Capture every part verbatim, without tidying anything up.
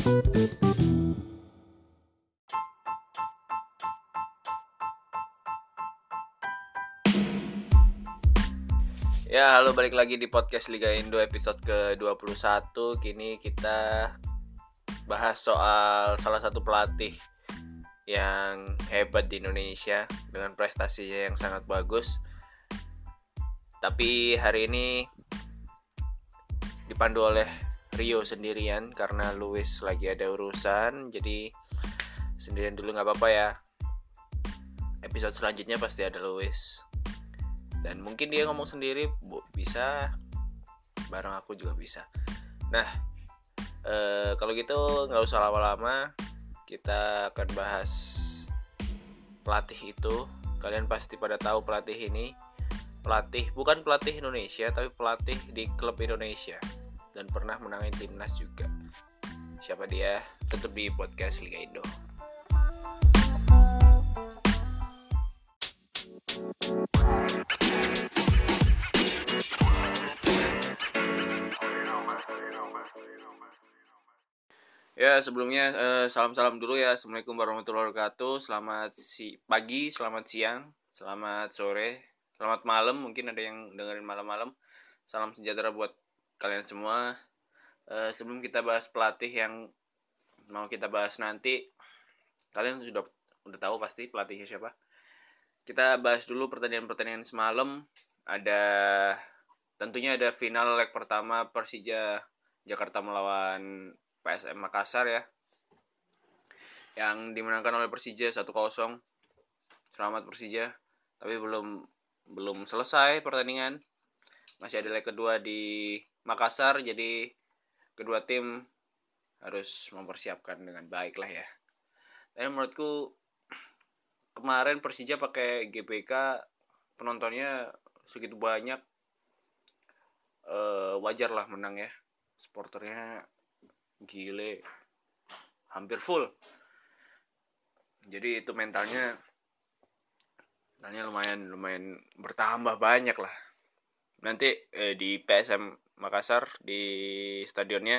Ya, halo, balik lagi di podcast Liga Indo episode ke dua puluh satu. Kini kita bahas soal salah satu pelatih yang hebat di Indonesia dengan prestasinya yang sangat bagus. Tapi hari ini dipandu oleh Rio sendirian karena Luis lagi ada urusan. Jadi sendirian dulu, gak apa-apa ya. Episode selanjutnya pasti ada Luis. Dan mungkin dia ngomong sendiri, bu, bisa, bareng aku juga bisa. Nah, e, kalau gitu gak usah lama-lama, kita akan bahas pelatih itu. Kalian pasti pada tahu pelatih ini. Pelatih, bukan pelatih Indonesia, tapi pelatih di klub Indonesia. Dan pernah menangin timnas juga. Siapa dia? Tetap di podcast Liga Indo. Ya, sebelumnya eh, salam-salam dulu ya. Assalamualaikum warahmatullahi wabarakatuh. Selamat si pagi, selamat siang, selamat sore, selamat malam. Mungkin ada yang dengerin malam-malam. Salam sejahtera buat kalian semua. Eh, sebelum kita bahas pelatih yang mau kita bahas nanti, kalian sudah udah tahu pasti pelatihnya siapa. Kita bahas dulu pertandingan-pertandingan semalam. Ada tentunya ada final leg pertama Persija Jakarta melawan P S M Makassar ya, yang dimenangkan oleh Persija satu kosong. Selamat Persija. Tapi belum belum selesai pertandingan. Masih ada leg kedua di Makassar, jadi kedua tim harus mempersiapkan dengan baik lah ya. Dan menurutku kemarin Persija pakai G B K, penontonnya segitu banyak, e, wajar lah menang ya. Supporternya gile, hampir full. Jadi itu mentalnya mentalnya lumayan lumayan bertambah banyak lah. Nanti eh, di P S M Makassar di stadionnya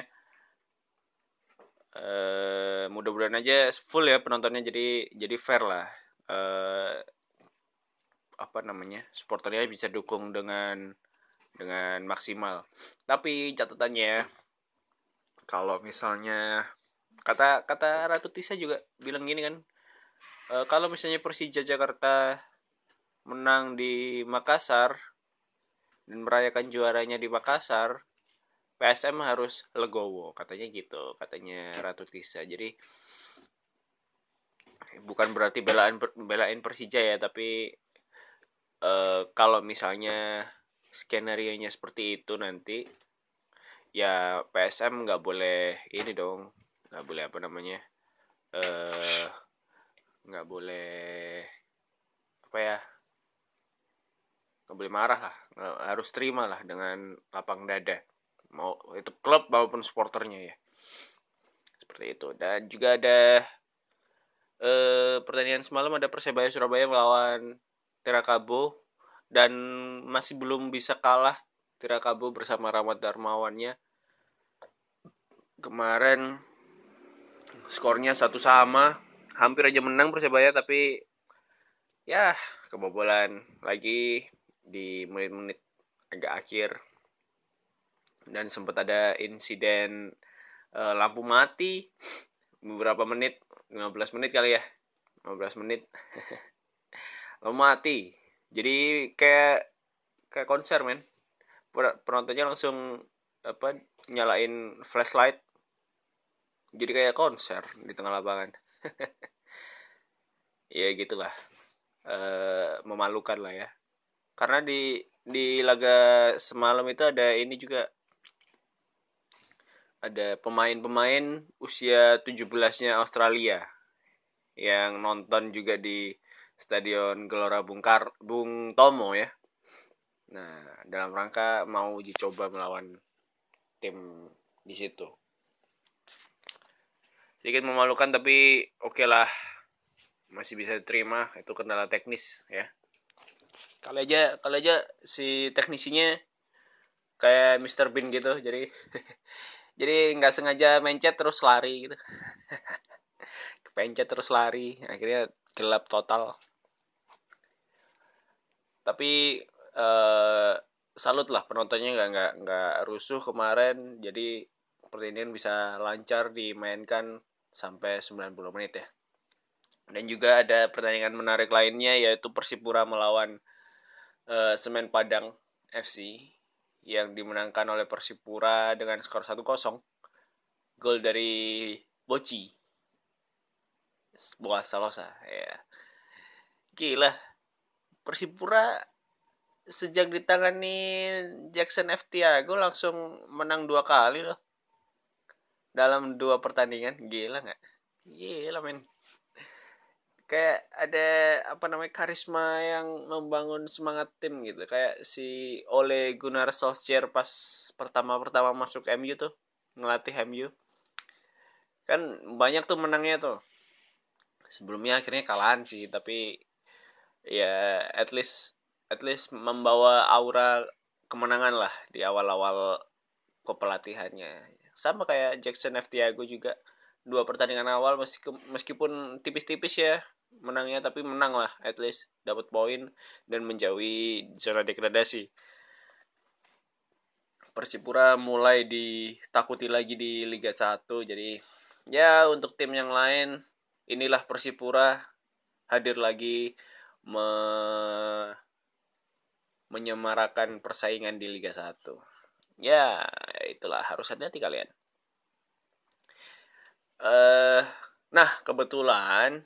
eh, mudah-mudahan aja full ya penontonnya, jadi jadi fair lah. Eh, apa namanya? Supporternya bisa dukung dengan dengan maksimal. Tapi catatannya, kalau misalnya kata kata Ratu Tisa juga bilang gini kan, e, kalau misalnya Persija Jakarta menang di Makassar dan merayakan juaranya di Makassar, P S M harus legowo, katanya gitu, katanya Ratu Tisa. Jadi bukan berarti belain belain Persija ya, tapi e, kalau misalnya skenario-nya seperti itu nanti, ya P S M nggak boleh ini dong, nggak boleh apa namanya, eh nggak boleh apa ya, nggak boleh marah lah, nggak, harus terima lah dengan lapang dada, mau itu klub maupun supporternya ya, seperti itu. Dan juga ada eh, pertandingan semalam, ada Persebaya Surabaya melawan Tirakabo, dan masih belum bisa kalah Tirakabo bersama Rahmat Darmawannya. Kemarin skornya satu sama, hampir aja menang Persebaya, tapi ya kebobolan lagi di menit-menit agak akhir. Dan sempat ada insiden uh, lampu mati beberapa menit, lima belas menit kali ya, lima belas menit lampu mati. Jadi kayak kayak konser men, penontonnya langsung apa nyalain flashlight, jadi kayak konser di tengah lapangan. Ya gitulah, e, memalukan lah ya. Karena di di laga semalam itu ada ini juga, ada pemain-pemain usia tujuh belasnya Australia yang nonton juga di Stadion Gelora Bung, Kar- Bung Tomo ya. Nah, dalam rangka mau uji coba melawan tim di situ. Sedikit memalukan, tapi oke okay lah, masih bisa diterima, itu kendala teknis ya. Kali aja kali aja si teknisinya kayak mister Bean gitu, jadi Jadi nggak sengaja mencet terus lari gitu. Kepencet terus lari, akhirnya gelap total. Tapi eh, salut lah penontonnya nggak nggak nggak rusuh kemarin. Jadi pertandingan bisa lancar dimainkan sampai sembilan puluh menit ya. Dan juga ada pertandingan menarik lainnya yaitu Persipura melawan uh, Semen Padang F C yang dimenangkan oleh Persipura dengan skor satu kosong. Gol dari Boci. Boa Salosa ya. Gila. Persipura sejak ditangani Jackson F. Tiago langsung menang dua kali loh. Dalam dua pertandingan. Gila gak? Gila men. Kayak ada apa namanya karisma yang membangun semangat tim gitu. Kayak si Ole Gunnar Solskjaer pas pertama-pertama masuk M U tuh, ngelatih M U. Kan banyak tuh menangnya tuh. Sebelumnya akhirnya kalahan sih, tapi ya at least at least membawa aura kemenangan lah di awal-awal kepelatihannya. Sama kayak Jackson F. Tiago juga. Dua pertandingan awal meskipun tipis-tipis ya menangnya, tapi menang lah, at least dapat poin dan menjauhi zona degradasi. Persipura mulai ditakuti lagi di Liga satu. Jadi ya untuk tim yang lain, inilah Persipura hadir lagi me... menyemarakan persaingan di Liga satu. Ya itulah, harus hati-hati kalian. Uh, nah kebetulan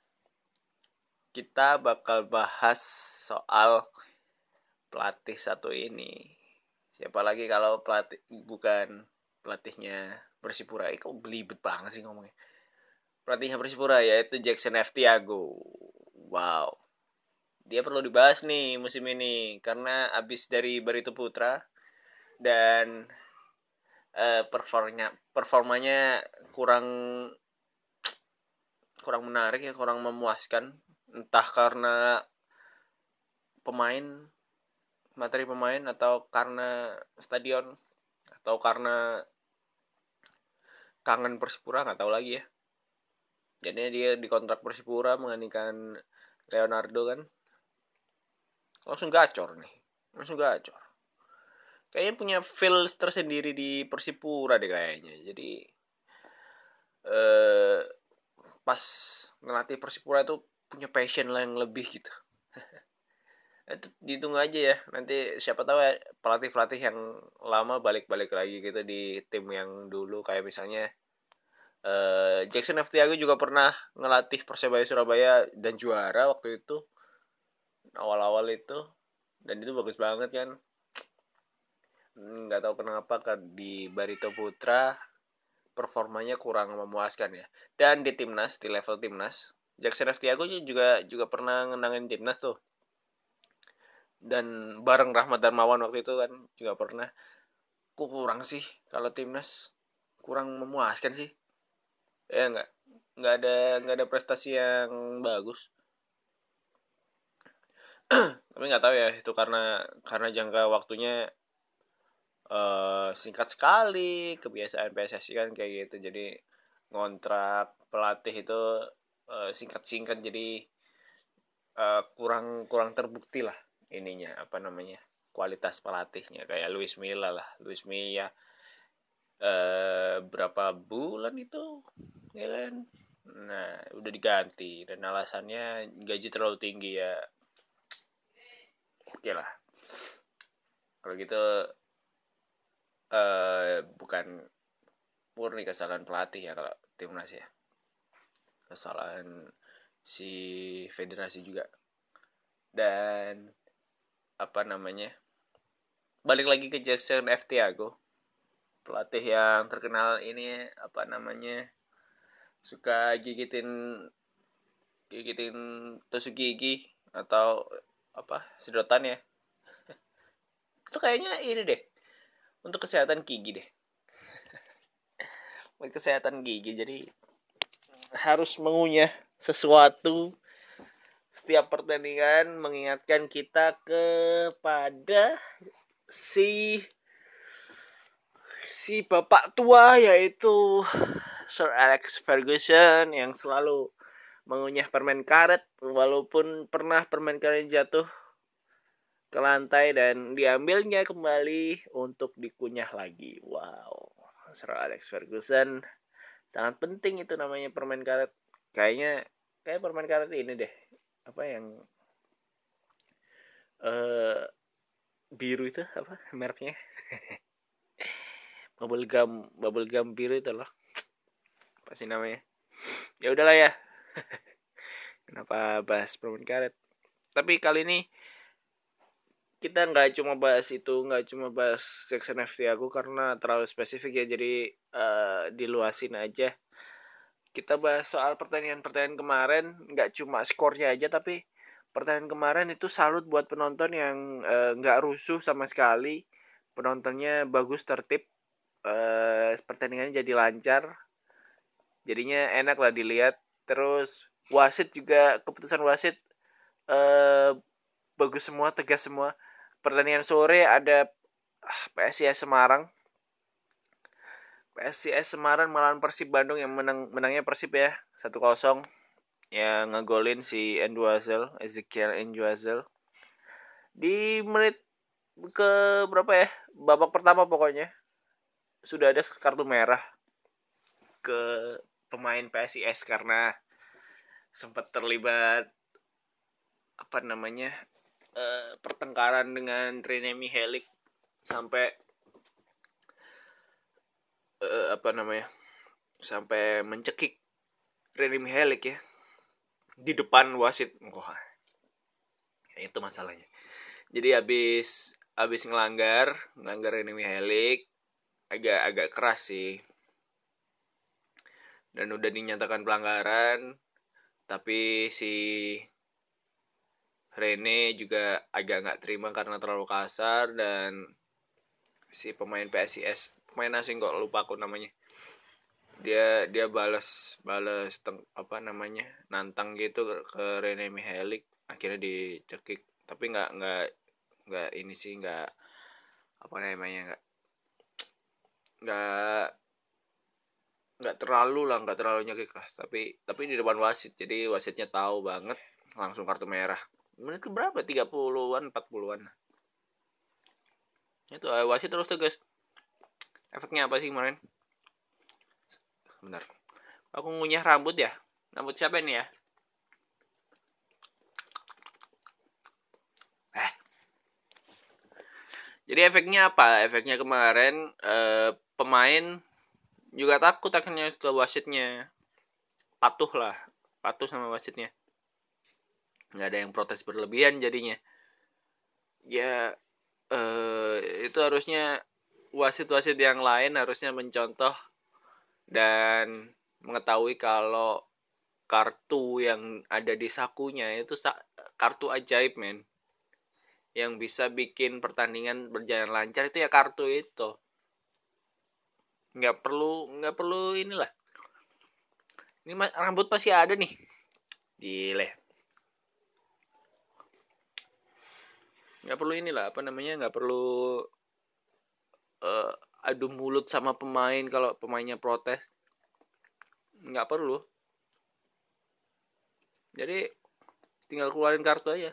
kita bakal bahas soal pelatih satu ini. Siapa lagi kalau pelatih bukan pelatihnya Persipura. Eh, kok belibet banget sih ngomongnya. Pelatihnya Persipura yaitu Jackson F. Tiago. Wow. Dia perlu dibahas nih musim ini karena abis dari Barito Putra dan uh, performanya performanya kurang kurang menarik ya, kurang memuaskan. Entah karena pemain, materi pemain, atau karena stadion, atau karena kangen Persipura, nggak tahu lagi ya. Jadinya dia dikontrak Persipura menggantikan Leonardo kan, langsung gacor nih, langsung gacor. Kayaknya punya feel tersendiri di Persipura deh kayaknya. Jadi eh, pas ngelatih Persipura tuh punya passion lah yang lebih gitu. Itu dihitung aja ya, nanti siapa tahu ya pelatih-pelatih yang lama balik-balik lagi gitu di tim yang dulu. Kayak misalnya uh, Jackson F. Tiago juga pernah ngelatih Persebaya Surabaya dan juara waktu itu, awal-awal itu, dan itu bagus banget kan. Nggak tahu kenapa kan di Barito Putra performanya kurang memuaskan ya. Dan di timnas, di level timnas, Jackson F. Tiago juga juga pernah ngenangin timnas tuh. Dan bareng Rahmat Darmawan waktu itu kan juga pernah. Kok kurang sih kalau timnas, kurang memuaskan sih ya. nggak nggak ada nggak ada prestasi yang bagus. Tapi nggak tahu ya itu karena karena jangka waktunya uh, singkat sekali. Kebiasaan P S S I kan kayak gitu, jadi ngontrak pelatih itu uh, singkat-singkat, jadi uh, kurang kurang terbukti lah ininya apa namanya kualitas pelatihnya. Kayak Luis Milla lah, Luis Milla eh, berapa bulan itu ya kan, nah udah diganti dan alasannya gaji terlalu tinggi ya. Oke lah kalau gitu, eh, bukan murni kesalahan pelatih ya kalau timnas ya, kesalahan si federasi juga. Dan apa namanya, balik lagi ke Jackson F. Tiago, pelatih yang terkenal ini apa namanya suka gigitin gigitin tusuk gigi atau apa sedotan ya. Itu kayaknya ini deh untuk kesehatan gigi deh. Untuk kesehatan gigi, jadi harus mengunyah sesuatu setiap pertandingan mengingatkan kita kepada si si si bapak tua yaitu Sir Alex Ferguson yang selalu mengunyah permen karet walaupun pernah permen karet jatuh ke lantai dan diambilnya kembali untuk dikunyah lagi. Wow, Sir Alex Ferguson sangat penting itu namanya permen karet. Kayaknya kayak permen karet ini deh. Apa yang uh, biru itu apa mereknya? bubble gum, bubble gum biru itu loh. Apa sih namanya? Ya udahlah ya. Kenapa bahas permen karet? Tapi kali ini kita nggak cuma bahas itu, nggak cuma bahas section F T aku karena terlalu spesifik ya, jadi uh, diluasin aja. Kita bahas soal pertandingan-pertandingan kemarin, nggak cuma skornya aja, tapi pertandingan kemarin itu salut buat penonton yang uh, nggak rusuh sama sekali. Penontonnya bagus, tertib, uh, pertandingannya jadi lancar, jadinya enak lah dilihat. Terus wasit juga, keputusan wasit uh, bagus semua, tegas semua. Pertandingan sore ada ah, P S I S Semarang. P S I S Semarang melawan Persib Bandung yang menang, menangnya Persib ya satu kosong. Yang ngegolin si Enduazel, Ezekiel Enduazel. Di menit ke berapa ya? Babak pertama pokoknya sudah ada kartu merah ke pemain P S I S karena sempat terlibat apa namanya? Uh, pertengkaran dengan Rene Mihelik sampai uh, apa namanya sampai mencekik Rene Mihelik ya di depan wasit. Wah, itu masalahnya. Jadi habis habis ngelanggar ngelanggar Rene Mihelik agak agak keras sih, dan udah dinyatakan pelanggaran, tapi si Rene juga agak nggak terima karena terlalu kasar, dan si pemain P S I S, pemain asing kok lupa aku namanya, dia dia balas balas teng, apa namanya nantang gitu ke Rene Mihelik, akhirnya dicekik, tapi nggak nggak nggak ini sih nggak apa namanya nggak nggak nggak terlalu lah nggak terlalu nyekik lah, tapi tapi di depan wasit, jadi wasitnya tahu banget, langsung kartu merah. Menit ke berapa? tiga puluhan, empat puluhan. Itu wasit terus tegas. Efeknya apa sih kemarin? Bentar. Aku ngunyah rambut ya. Rambut siapa ini ya? Eh. Jadi efeknya apa? Efeknya kemarin eh, pemain juga takut akhirnya ke wasitnya. Patuh lah. Patuh sama wasitnya. Nggak ada yang protes berlebihan jadinya. Ya eh, itu harusnya wasit-wasit yang lain harusnya mencontoh dan mengetahui kalau kartu yang ada di sakunya itu kartu ajaib, men. Yang bisa bikin pertandingan berjalan lancar itu ya kartu itu. Nggak perlu nggak perlu inilah. Ini rambut pasti ada nih. Gile. Nggak perlu inilah, apa namanya, nggak perlu uh, adu mulut sama pemain kalau pemainnya protes. Nggak perlu. Jadi tinggal keluarin kartu aja.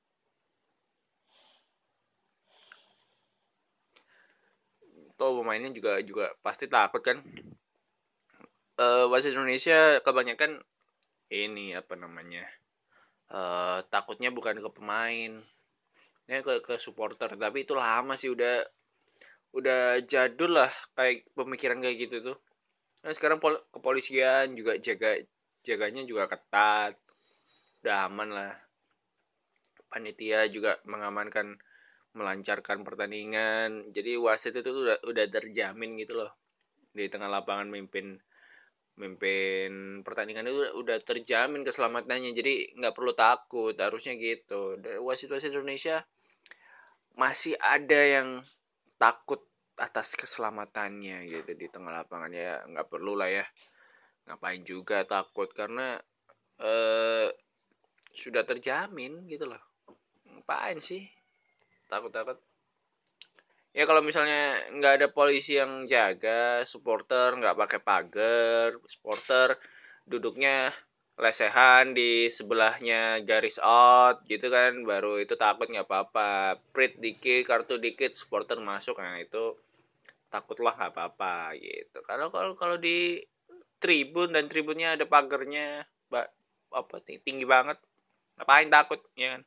Toh pemainnya juga juga pasti takut kan. Uh, wasit Indonesia kebanyakan ini apa namanya uh, takutnya bukan ke pemain, ini ke ke supporter. Tapi itu lama sih, udah udah jadul lah kayak pemikiran kayak gitu tuh. Nah sekarang pol- kepolisian juga jaga jaganya juga ketat, udah aman lah. Panitia juga mengamankan, melancarkan pertandingan. Jadi wasit itu udah udah terjamin gitu loh di tengah lapangan, mimpin mimpin pertandingan itu udah terjamin keselamatannya, jadi nggak perlu takut, harusnya gitu. Dan wasit-wasit Indonesia masih ada yang takut atas keselamatannya gitu di tengah lapangan, ya nggak perlu lah ya, ngapain juga takut, karena eh, sudah terjamin gitu loh, ngapain sih takut-takut. ya kalau misalnya nggak ada polisi yang jaga, supporter nggak pakai pagar, supporter duduknya lesehan di sebelahnya garis out gitu kan, baru itu takut nggak apa-apa. Prit dikit, kartu dikit, supporter masuk, nah itu takutlah nggak apa-apa gitu. Kalau kalau kalau di tribun dan tribunnya ada pagernya, mbak apa tinggi banget, ngapain takut ya kan?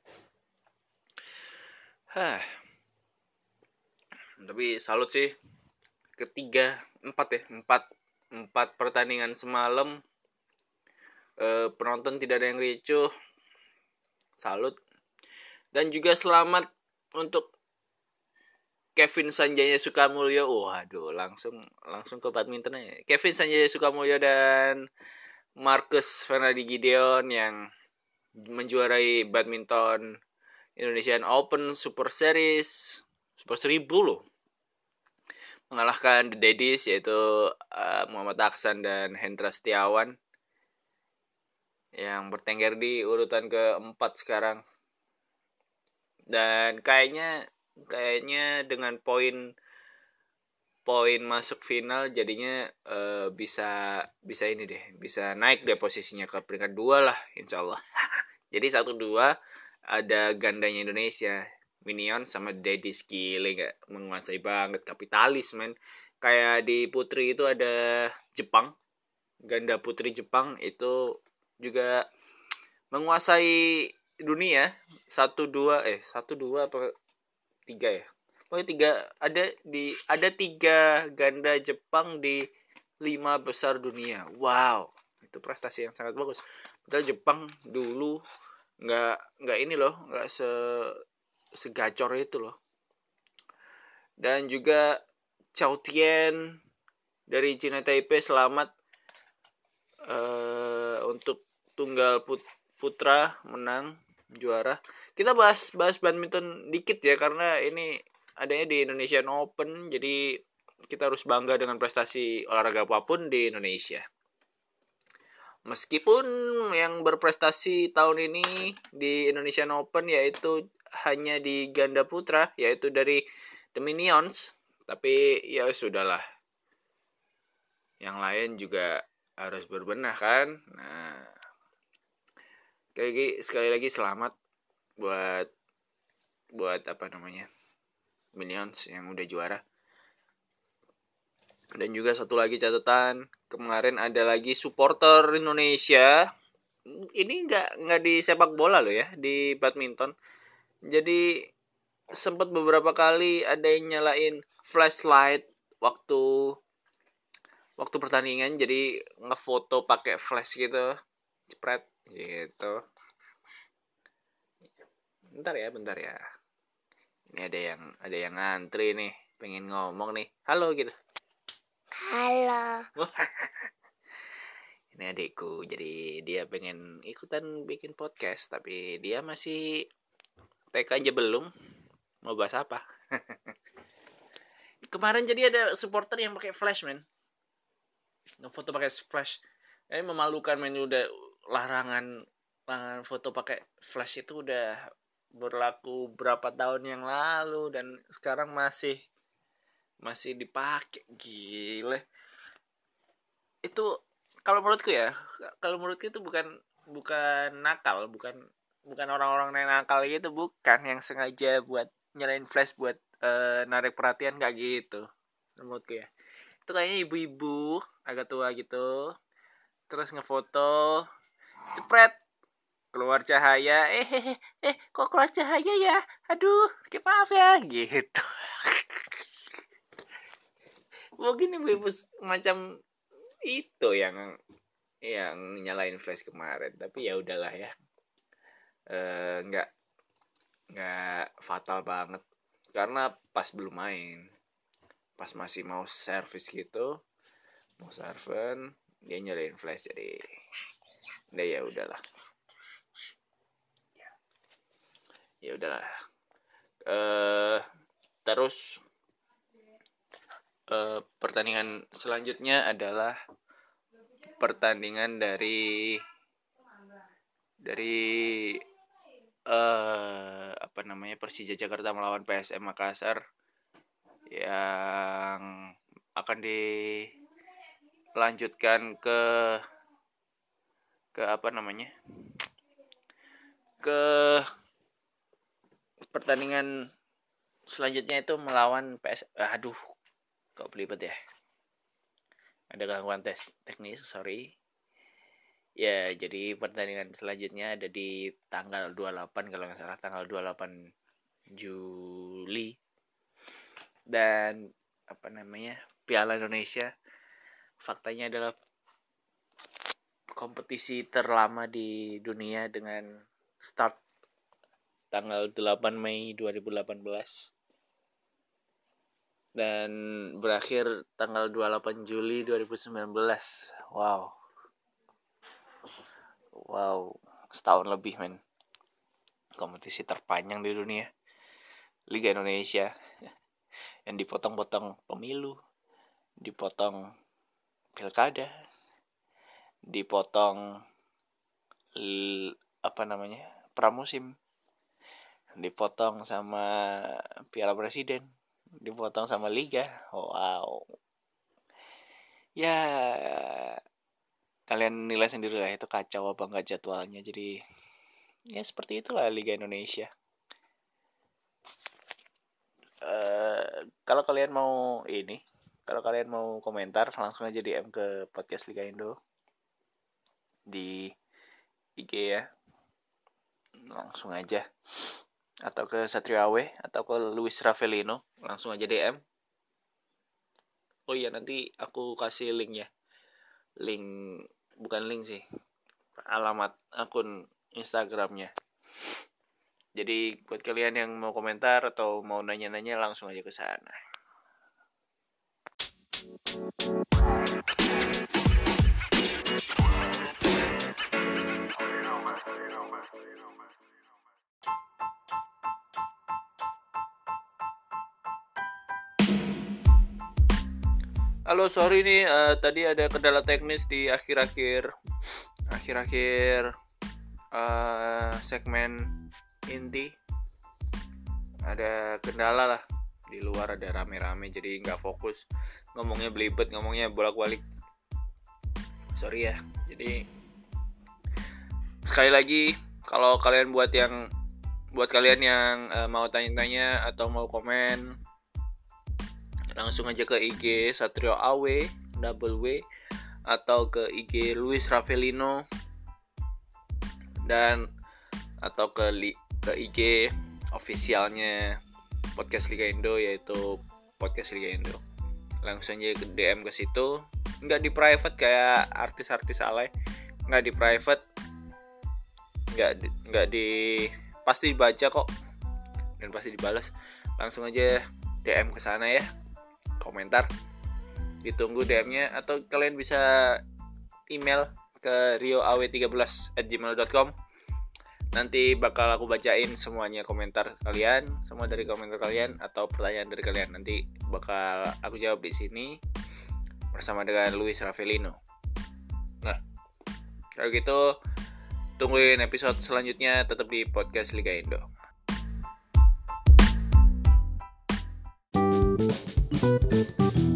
Hah. Tapi salut sih, ketiga empat ya empat empat pertandingan semalam, eh, penonton tidak ada yang ricuh, salut. Dan juga selamat untuk Kevin Sanjaya Sukamulyo. Waduh, langsung langsung ke badminton aja. Kevin Sanjaya Sukamulyo dan Marcus Fernaldi Gideon yang menjuarai badminton Indonesian Open Super Series Super Seribu loh, mengalahkan The Daddies yaitu uh, Muhammad Aksan dan Hendra Setiawan yang bertengger di urutan keempat sekarang. Dan kayaknya kayaknya dengan poin poin masuk final jadinya uh, bisa bisa ini deh, bisa naik deh posisinya ke peringkat dua lah insya Allah. Jadi satu dua ada gandanya Indonesia, Minion sama Daddies. Gile, gak menguasai banget, kapitalis men. Kayak di putri itu ada Jepang, ganda putri Jepang itu juga menguasai dunia. Satu dua eh satu dua apa tiga ya, pokoknya tiga, ada di ada tiga ganda Jepang di lima besar dunia. Wow, itu prestasi yang sangat bagus. Padahal Jepang dulu nggak nggak ini loh, nggak se segacor itu loh. Dan juga Chao Tien dari Cina Taipei selamat uh, untuk tunggal put- putra menang juara. Kita bahas bahas badminton dikit ya, karena ini adanya di Indonesian Open, jadi kita harus bangga dengan prestasi olahraga apapun di Indonesia. Meskipun yang berprestasi tahun ini di Indonesian Open yaitu hanya di ganda putra, yaitu dari The Minions, tapi ya sudahlah, yang lain juga harus berbenah kan. Nah, sekali lagi, sekali lagi selamat buat buat apa namanya Minions yang udah juara. Dan juga satu lagi catatan, kemarin ada lagi supporter Indonesia, ini nggak nggak di sepak bola loh ya, di badminton. Jadi sempat beberapa kali ada yang nyalain flashlight waktu waktu pertandingan, jadi ngefoto pakai flash gitu, cepret gitu. Bentar ya, bentar ya. Ini ada yang ada yang ngantri nih, pengen ngomong nih. Halo gitu. Halo. Ini adikku, jadi dia pengen ikutan bikin podcast, tapi dia masih T K aja belum. Mau bahas apa? Kemarin jadi ada supporter yang pakai flash, men. Ngefoto pakai flash. Ini memalukan, men. Udah larangan larangan foto pakai flash itu udah berlaku berapa tahun yang lalu, dan sekarang masih masih dipakai. Gile. Itu kalau menurutku ya, kalau menurutku itu bukan bukan nakal, bukan bukan orang-orang yang nakal gitu, bukan yang sengaja buat nyalain flash buat uh, narik perhatian, gak gitu menurutku ya. Itu kayaknya ibu-ibu agak tua gitu, terus ngefoto, cepret, keluar cahaya, eh eh eh, eh kok keluar cahaya ya, aduh, kayak maaf ya gitu. Mungkin ibu-ibu macam itu yang yang nyalain flash kemarin, tapi ya udahlah ya, eh, nggak nggak fatal banget, karena pas belum main, pas masih mau servis gitu, mau serven, dia nyalain flash, jadi udah ya udahlah, ya udahlah. Eh, terus eh, pertandingan selanjutnya adalah pertandingan dari dari eh, apa namanya Persija Jakarta melawan P S M Makassar, yang akan dilanjutkan ke ke apa namanya ke pertandingan selanjutnya itu melawan P S. Aduh, kok belibet ya? Ada gangguan tes teknis, sorry. Ya, jadi pertandingan selanjutnya ada di tanggal dua puluh delapan kalau nggak salah, tanggal dua puluh delapan Juli. Dan apa namanya? Piala Indonesia faktanya adalah kompetisi terlama di dunia dengan start tanggal delapan Mei dua ribu delapan belas dan berakhir tanggal dua puluh delapan Juli dua ribu sembilan belas. Wow. Wow, setahun lebih, men. Kompetisi terpanjang di dunia, Liga Indonesia. Yang dipotong-potong pemilu, dipotong pilkada, dipotong l- apa namanya? pramusim, dipotong sama Piala Presiden, dipotong sama Liga. Wow. Ya, kalian nilai sendiri lah itu kacau apa enggak jadwalnya. Jadi ya seperti itulah Liga Indonesia. Uh, kalau kalian mau ini, kalau kalian mau komentar langsung aja D M ke podcast Liga Indo di I G ya, langsung aja, atau ke Satrio Awe atau ke Luis Ravelino, langsung aja D M. Oh iya, nanti aku kasih link ya, link bukan link sih, alamat akun Instagramnya. Jadi buat kalian yang mau komentar atau mau nanya-nanya langsung aja ke sana. Halo, sorry nih, uh, tadi ada kendala teknis di akhir-akhir akhir-akhir uh, segmen inti. Ada kendala lah, di luar ada rame-rame jadi nggak fokus, ngomongnya belibet, ngomongnya bolak-balik. Sorry ya. Jadi sekali lagi, kalau kalian buat yang buat kalian yang uh, mau tanya-tanya atau mau komen, langsung aja ke I G Satrio Awe double W atau ke I G Luis Ravelino dan atau ke li, ke I G officialnya podcast Liga Indo, yaitu podcast Liga Indo. Langsung aja ke D M ke situ, nggak di private kayak artis-artis alay, nggak di private, nggak di, nggak di pasti dibaca kok dan pasti dibalas. Langsung aja D M ke sana ya, komentar, ditunggu D M-nya, atau kalian bisa email ke rio a w tiga belas at gmail dot com. Nanti bakal aku bacain semuanya komentar kalian, semua dari komentar kalian atau pertanyaan dari kalian. Nanti bakal aku jawab di sini bersama dengan Luis Ravelino. Nah, kalau gitu tungguin episode selanjutnya tetap di podcast Liga Indo. Thank you.